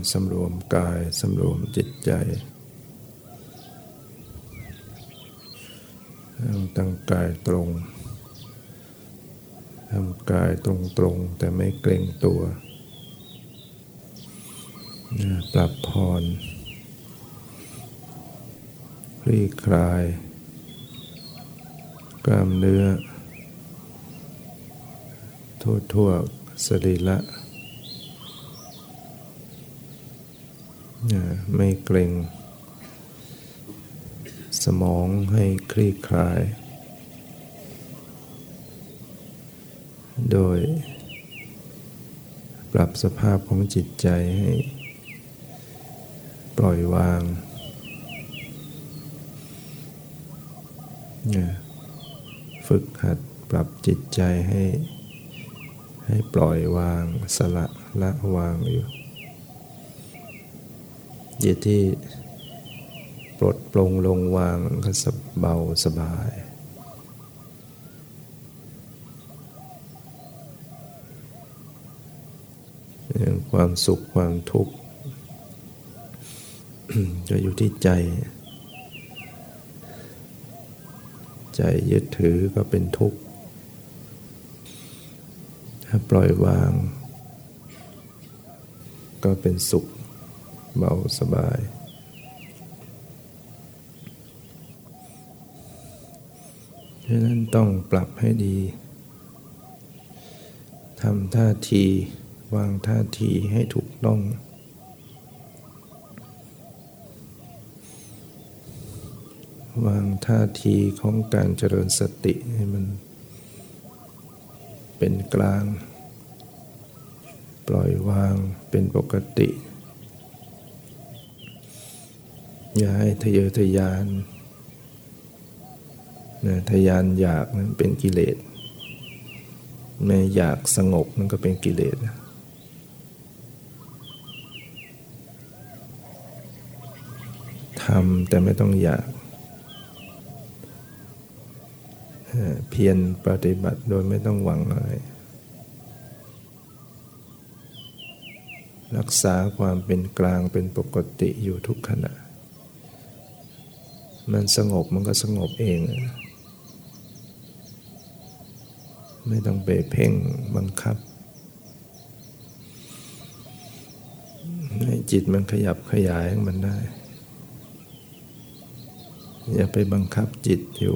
สำรวมกายสำรวมจิตใจตั้งกายตรงทำกายตรงๆแต่ไม่เกร็งตัวปรับผ่อนคลี่คลายกล้ามเนื้อทั่วสรีระไม่เกร็งสมองให้คลี่คลายโดยปรับสภาพของจิตใจให้ปล่อยวางฝึกหัดปรับจิตใจให้ปล่อยวางสละวางอยู่จิตที่ปลดปลงลงวางก็เบาสบายความสุขความทุกข์จะอยู่ที่ใจยึดถือก็เป็นทุกข์ถ้าปล่อยวางก็เป็นสุขเบาสบายฉะนั้นต้องปรับให้ดีทำท่าทีวางท่าทีให้ถูกต้องวางท่าทีของการเจริญสติให้มันเป็นกลางปล่อยวางเป็นปกติอย่าให้ทะเยอทะยานทะยานอยากนั้นเป็นกิเลสไม่อยากสงบนั่นก็เป็นกิเลสทำแต่ไม่ต้องอยากเพียรปฏิบัติโดยไม่ต้องหวังอะไรรักษาความเป็นกลางเป็นปกติอยู่ทุกขณะมันสงบมันก็สงบเองไม่ต้องไปเพ่งบังคับให้จิตมันขยับขยายของมันได้อย่าไปบังคับจิตอยู่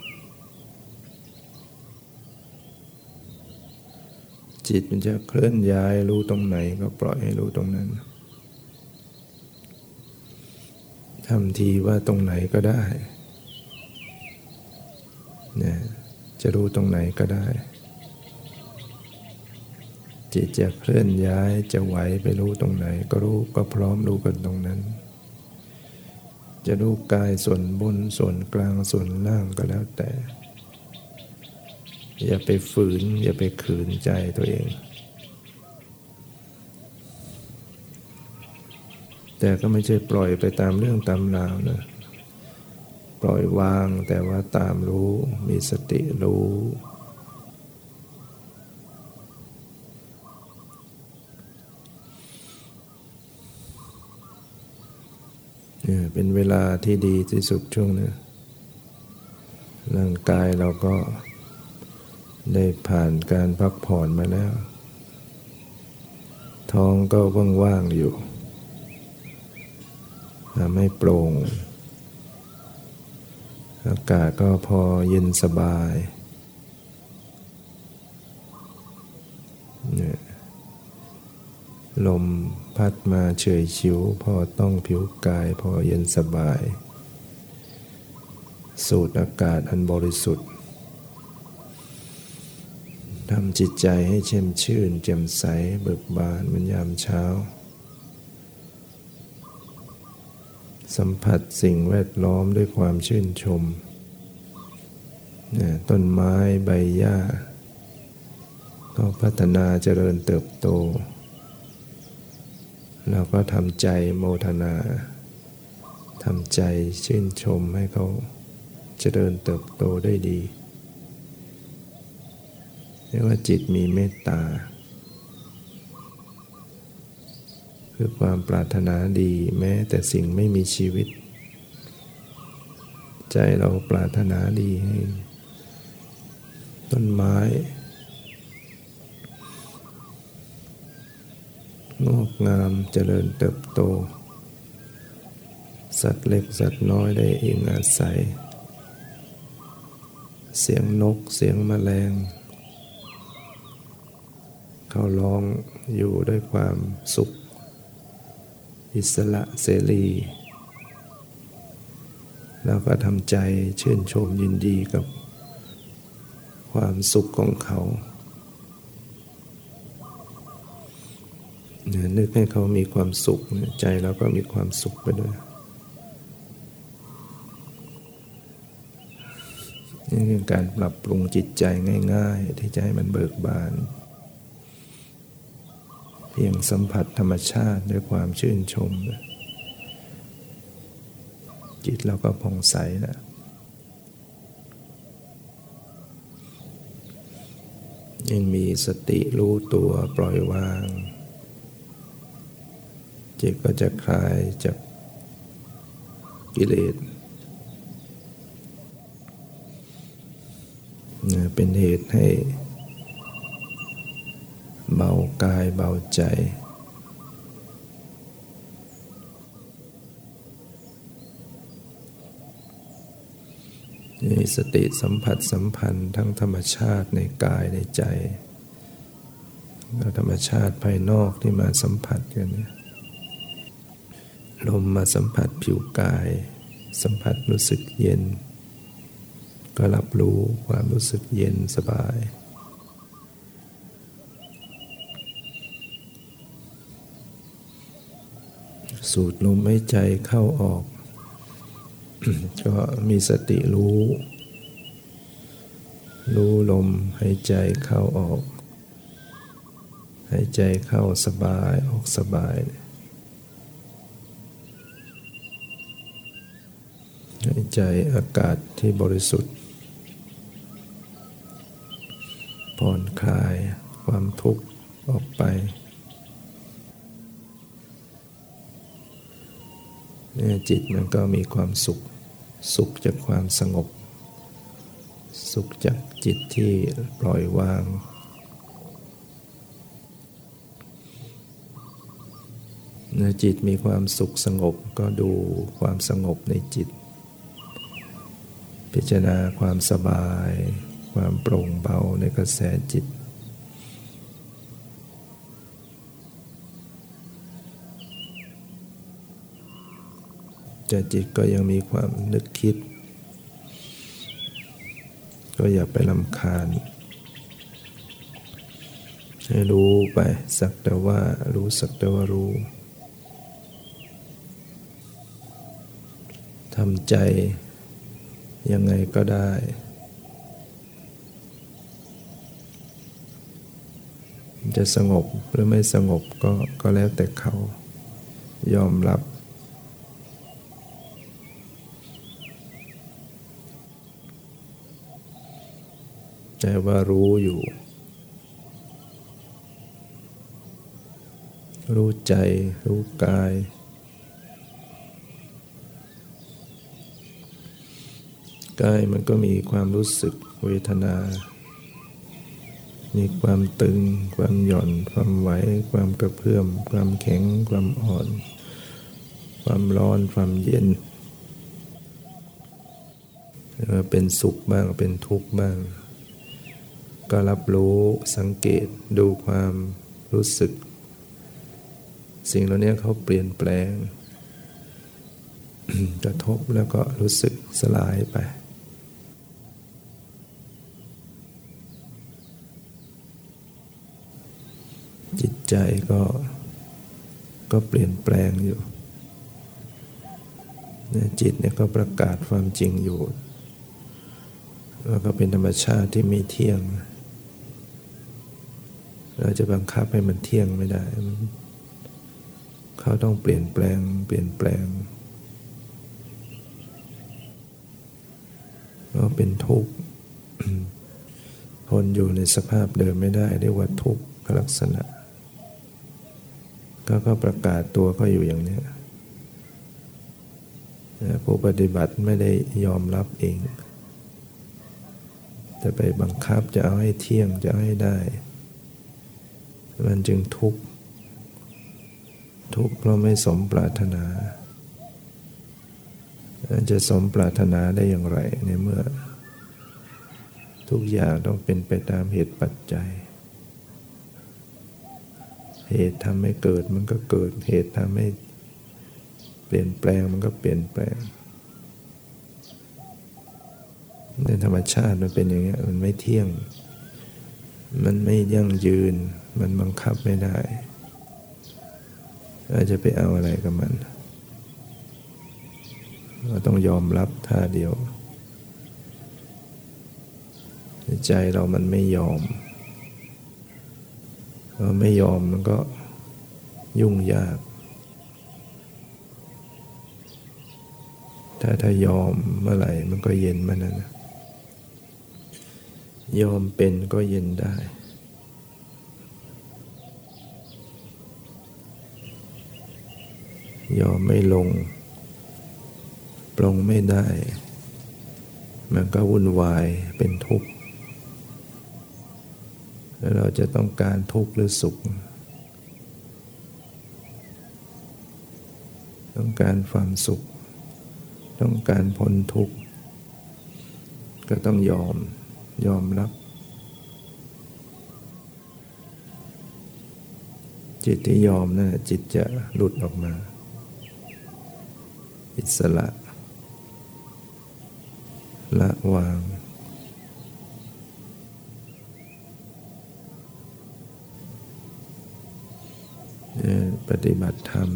จิตมันจะเคลื่อนย้ายรู้ตรงไหนก็ปล่อยให้รู้ตรงนั้นทำทีว่าตรงไหนก็ได้เนี่ยจะรู้ตรงไหนก็ได้จิตจะเคลื่อนย้ายจะไหวไปรู้ตรงไหนก็รู้ก็พร้อมรู้กันตรงนั้นจะรู้กายส่วนบนส่วนกลางส่วนล่างก็แล้วแต่อย่าไปฝืนอย่าไปขืนใจตัวเองแต่ก็ไม่ใช่ปล่อยไปตามเรื่องตามราวนะปล่อยวางแต่ว่าตามรู้มีสติรู้เป็นเวลาที่ดีที่สุดช่วงนี้ร่างกายเราก็ได้ผ่านการพักผ่อนมาแล้วท้องก็ว่างๆอยู่ไม่โปร่งอากาศก็พอเย็นสบายลมพัดมาเฉยชิวพอต้องผิวกายพอเย็นสบายสูดอากาศอันบริสุทธิ์ทำจิตใจให้แช่มชื่นแจ่มใสเบิกบานเหมือนยามเช้าสัมผัสสิ่งแวดล้อมด้วยความชื่นชมต้นไม้ใบหญ้าก็พัฒนาเจริญเติบโตเราก็ทำใจโมทนาทำใจชื่นชมให้เขาเจริญเติบโตได้ดีเรียกว่าจิตมีเมตตาคือความปรารถนาดีแม้แต่สิ่งไม่มีชีวิตใจเราปรารถนาดีให้ต้นไม้งอกงามเจริญเติบโตสัตว์เล็กสัตว์น้อยได้อิงอาศัยเสียงนกเสียงแมลงเขาร้องอยู่ด้วยความสุขอิสระเสรีแล้วก็ทำใจชื่นชมยินดีกับความสุขของเขานึกให้เขามีความสุขใจเราก็มีความสุขไปด้วยนี่คือการปรับปรุงจิตใจง่ายๆที่จะให้มันเบิกบานเพียงสัมผัสธรรมชาติด้วยความชื่นชมจิตเราก็ผ่องใสแล้วยังมีสติรู้ตัวปล่อยวางจิตก็จะคลายจากกิเลสเป็นเหตุให้เบากายเบาใจมีสติสัมผัสสัมพันธ์ทั้งธรรมชาติในกายในใจและธรรมชาติภายนอกที่มาสัมผัสกันลมมาสัมผัสผิวกายสัมผัสรู้สึกเย็นก็รับรู้ความรู้สึกเย็นสบายสูดลมหายใจเข้าออก ก็มีสติรู้ลมหายใจเข้าออกหายใจเข้าสบายออกสบายหายใจอากาศที่บริสุทธิ์ผ่อนคลายความทุกข์ออกไปจิตมันก็มีความสุขจากความสงบสุขจากจิตที่ปล่อยวางเมื่อจิตมีความสุขสงบก็ดูความสงบในจิตพิจารณาความสบายความโปร่งเบาในกระแสจิตแต่จิตก็ยังมีความนึกคิดก็อย่าไปรำคาญให้รู้ไปสักแต่ว่ารู้สักแต่ว่ารู้ทำใจยังไงก็ได้จะสงบหรือไม่สงบก็แล้วแต่เขายอมรับแต่ว่ารู้อยู่รู้ใจรู้กายกายมันก็มีความรู้สึกเวทนามีความตึงความหย่อนความไหวความกระเพื่อมความแข็งความอ่อนความร้อนความเย็นเป็นสุขบ้างเป็นทุกข์บ้างก็รับรู้สังเกตดูความรู้สึกสิ่งเหล่านี้เขาเปลี่ยนแปลง กระทบแล้วก็รู้สึกสลายไปจิตใจก็เปลี่ยนแปลงอยู่จิตเนี่ยก็ประกาศความจริงอยู่แล้วก็เป็นธรรมชาติที่ไม่เที่ยงเราจะบังคับให้มันเที่ยงไม่ได้เขาต้องเปลี่ยนแปลงก็เป็นทุกข์ ทนอยู่ในสภาพเดิมไม่ได้เรียกว่าทุกขลักษณะก็ประกาศตัวเขาอยู่อย่างนี้ผู้ปฏิบัติไม่ได้ยอมรับเองแต่ไปบังคับจะเอาให้เที่ยงจะเอาให้ได้มันจึงทุกข์เพราะไม่สมปรารถนาจะสมปรารถนาได้อย่างไรในเมื่อทุกอย่างต้องเป็นไปตามเหตุปัจจัยเหตุทำให้เกิดมันก็เกิดเหตุทำให้เปลี่ยนแปลงมันก็เปลี่ยนแปลงในธรรมชาติมันเป็นอย่างนี้มันไม่เที่ยงมันไม่ยั่งยืนมันบังคับไม่ได้เราจะไปเอาอะไรกับมันเราต้องยอมรับท่าเดียวใจเรามันไม่ยอมเราไม่ยอมมันก็ยุ่งยากถ้ายอมเมื่อไหร่มันก็เย็นมันนะยอมเป็นก็เย็นได้ยอมไม่ลงปลงไม่ได้มันก็วุ่นวายเป็นทุกข์แล้วเราจะต้องการทุกข์หรือสุขต้องการความสุขต้องการพ้นทุกข์ก็ต้องยอมรับจิตที่ยอมนั่นจิตจะหลุดออกมาอิสระละวางปฏิบัติธรรม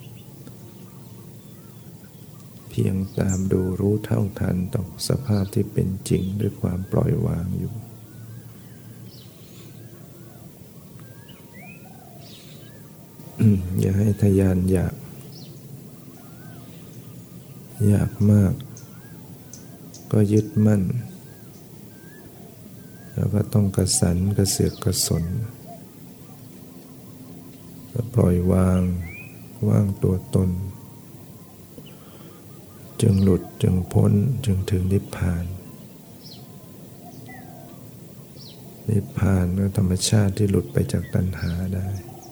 เพียงตามดูรู้เท่าทันต่อสภาพที่เป็นจริงด้วยความปล่อยวางอยู่อย่าให้ทะยานอยากมากก็ยึดมั่นแล้วก็ต้องกระสันกระเสือกกระสนปล่อยวางตัวตนจึงหลุดจึงพ้นจึงถึงนิพพานก็ธรรมชาติที่หลุดไปจากตัณหาได้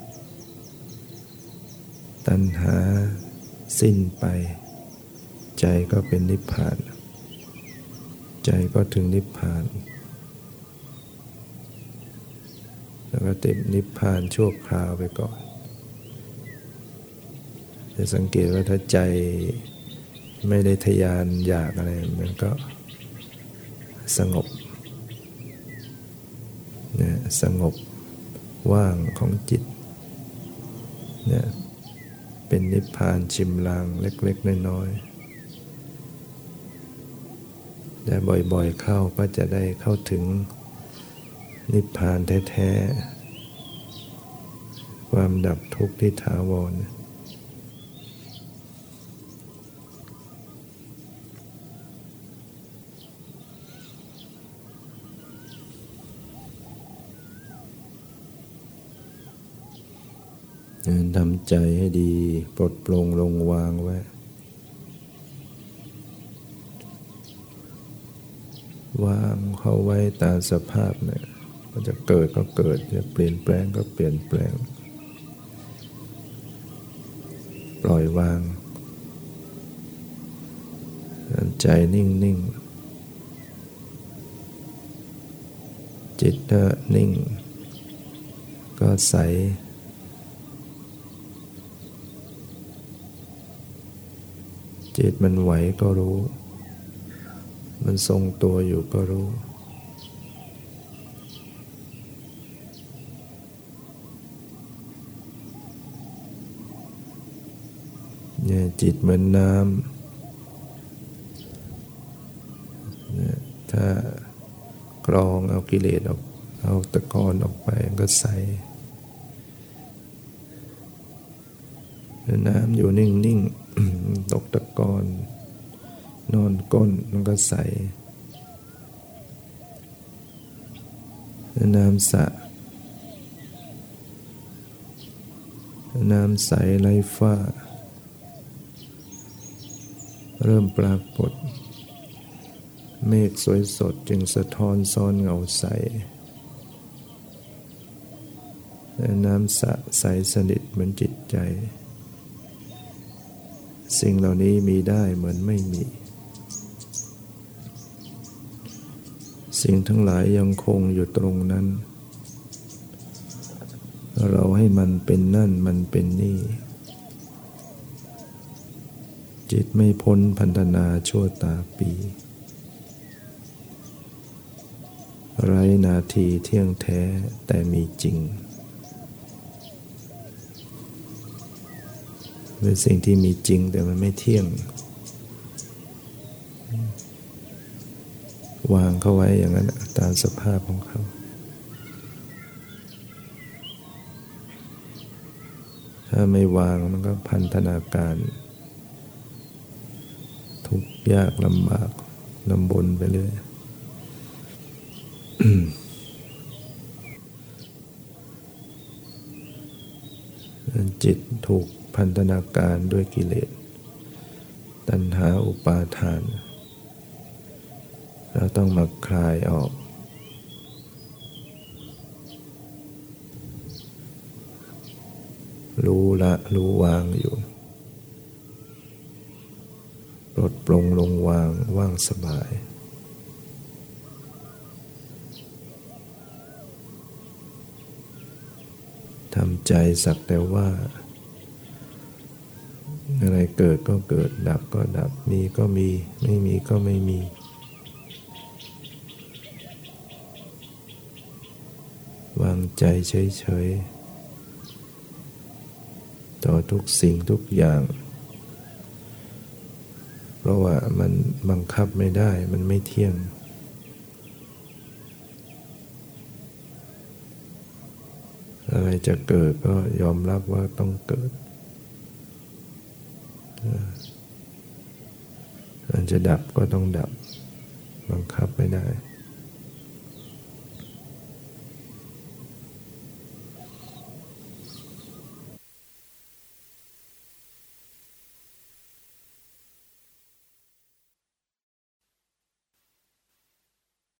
ตัณหาสิ้นไปใจก็เป็นนิพพานใจก็ถึงนิพพานแล้วก็ติดนิพพานชั่วคราวไปก่อนจะสังเกตว่าถ้าใจไม่ได้ทะยานอยากอะไรมันก็สงบเนี่ยสงบว่างของจิตเนี่ยเป็นนิพพานชิมลางเล็กๆน้อยๆแต่บ่อยๆเข้าก็จะได้เข้าถึงนิพพานแท้ๆความดับทุกข์ที่ถาวรทำใจให้ดีปลดปลงลงวางไว้วางเข้าไว้ตามสภาพเนี่ยมันจะเกิดก็เกิดจะเปลี่ยนแปลงก็เปลี่ยนแปลงปล่อยวางใจนิ่งๆจิตถ้านิ่งก็ใสจิตมันไหวก็รู้มันทรงตัวอยู่ก็รู้เนี่ยจิตเหมือนน้ำถ้ากรองเอากิเลสออกเอาตะกอนออกไปก็ใสน้ำอยู่นิ่งๆตกตะกอนนอนก้นมันก็ใสน้ำสระน้ำใสไร้ฝ้าเริ่มปรากฏเมฆสวยสดจึงสะท้อนซ้อนเงาใสน้ำใสสนิทเหมือนจิตใจสิ่งเหล่านี้มีได้เหมือนไม่มีสิ่งทั้งหลายยังคงอยู่ตรงนั้นเราให้มันเป็นนั่นมันเป็นนี่จิตไม่พ้นพันธนาชั่วตาปีไร้นาทีเที่ยงแท้แต่มีจริงเป็นสิ่งที่มีจริงแต่มันไม่เที่ยงวางเข้าไว้อย่างนั้นตามสภาพของเขาถ้าไม่วางมันก็พันธนาการทุกข์ยากลำบากลำบนไปเรื่อย จิตถูกพันธนาการด้วยกิเลสตัณหาอุปาทานเราต้องมาคลายออกรู้ละรู้วางอยู่ปลดปลงลงวางว่างสบายทำใจสักแต่ว่าอะไรเกิดก็เกิดดับก็ดับมีก็มีไม่มีก็ไม่มีวางใจเฉยๆต่อทุกสิ่งทุกอย่างเพราะว่ามันบังคับไม่ได้มันไม่เที่ยงอะไรจะเกิดก็ยอมรับว่าต้องเกิดมันจะดับก็ต้องดับบังคับไม่ได้